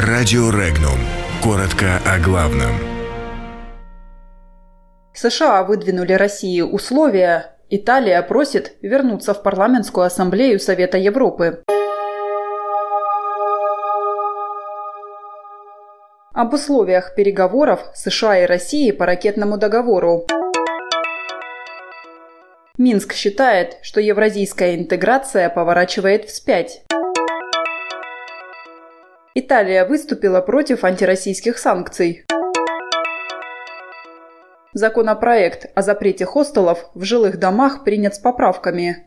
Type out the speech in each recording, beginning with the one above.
Радио Регнум. Коротко о главном. США выдвинули России условия. Италия просит вернуться в парламентскую ассамблею Совета Европы. Об условиях переговоров США и России по ракетному договору. Минск считает, что евразийская интеграция поворачивает вспять. Италия выступила против антироссийских санкций. Законопроект о запрете хостелов в жилых домах принят с поправками.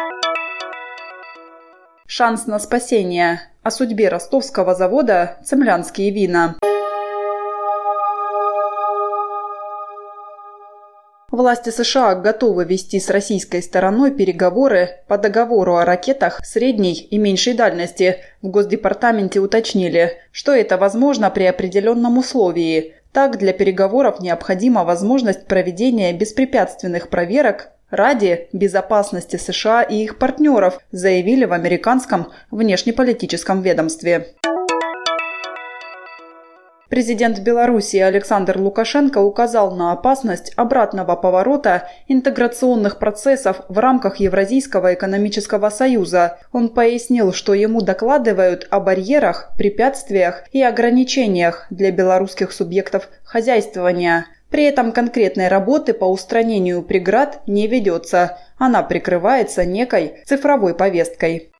Шанс на спасение. О судьбе ростовского завода «Цемлянские вина». Власти США готовы вести с российской стороной переговоры по договору о ракетах средней и меньшей дальности. В Госдепартаменте уточнили, что это возможно при определенном условии. Так, для переговоров необходима возможность проведения беспрепятственных проверок ради безопасности США и их партнеров, заявили в американском внешнеполитическом ведомстве. Президент Беларуси Александр Лукашенко указал на опасность обратного поворота интеграционных процессов в рамках Евразийского экономического союза. Он пояснил, что ему докладывают о барьерах, препятствиях и ограничениях для белорусских субъектов хозяйствования. При этом конкретной работы по устранению преград не ведется. Она прикрывается некой цифровой повесткой.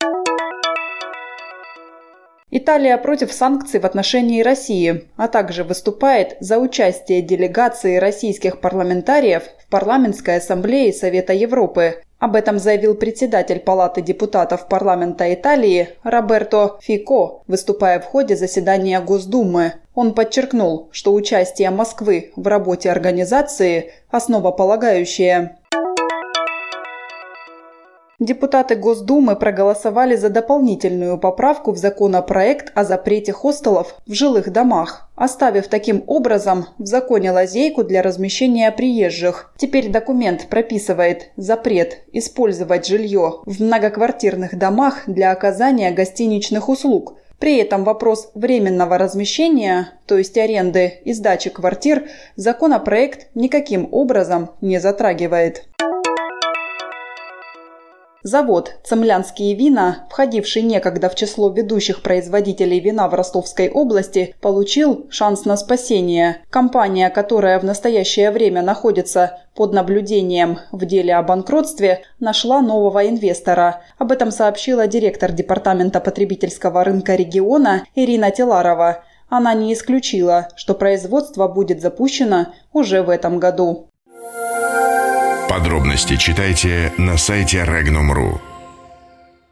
Италия против санкций в отношении России, а также выступает за участие делегации российских парламентариев в парламентской ассамблее Совета Европы. Об этом заявил председатель Палаты депутатов парламента Италии Роберто Фико, выступая в ходе заседания Госдумы. Он подчеркнул, что участие Москвы в работе организации – основополагающее. Депутаты Госдумы проголосовали за дополнительную поправку в законопроект о запрете хостелов в жилых домах, оставив таким образом в законе лазейку для размещения приезжих. Теперь документ прописывает запрет использовать жилье в многоквартирных домах для оказания гостиничных услуг. При этом вопрос временного размещения, то есть аренды и сдачи квартир, законопроект никаким образом не затрагивает. Завод «Цемлянские вина», входивший некогда в число ведущих производителей вина в Ростовской области, получил шанс на спасение. Компания, которая в настоящее время находится под наблюдением в деле о банкротстве, нашла нового инвестора. Об этом сообщила директор Департамента потребительского рынка региона Ирина Теларова. Она не исключила, что производство будет запущено уже в этом году. Подробности читайте на сайте Regnum.ru.